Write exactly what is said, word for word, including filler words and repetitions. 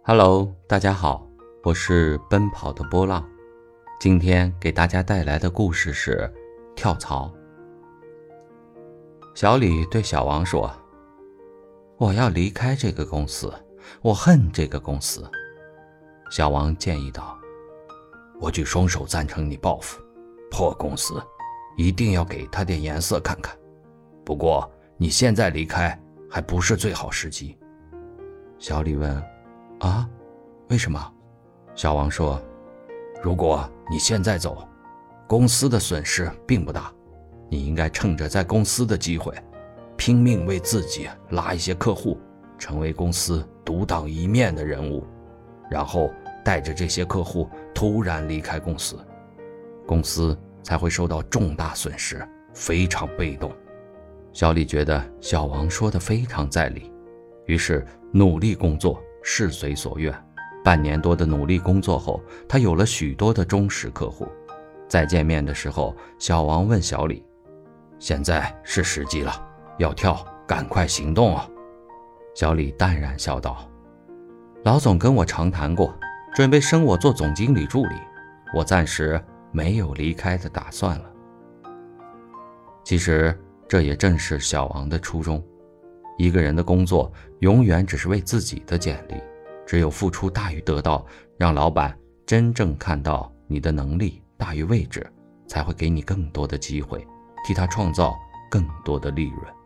Hello， 大家好，我是奔跑的波浪。今天给大家带来的故事是跳槽。小李对小王说：我要离开这个公司，我恨这个公司。小王建议道：我举双手赞成你报复，破公司，一定要给他点颜色看看。不过你现在离开还不是最好时机。小李问：啊，为什么？小王说：如果你现在走，公司的损失并不大，你应该趁着在公司的机会，拼命为自己拉一些客户，成为公司独当一面的人物，然后带着这些客户突然离开公司，公司才会受到重大损失，非常被动。小李觉得小王说的非常在理，于是努力工作，事随所愿。半年多的努力工作后，他有了许多的忠实客户。再见面的时候，小王问小李：现在是时机了，要跳，赶快行动啊！小李淡然笑道：老总跟我长谈过，准备升我做总经理助理，我暂时没有离开的打算了。其实这也正是小王的初衷。一个人的工作永远只是为自己的简历，只有付出大于得到，让老板真正看到你的能力大于位置，才会给你更多的机会，替他创造更多的利润。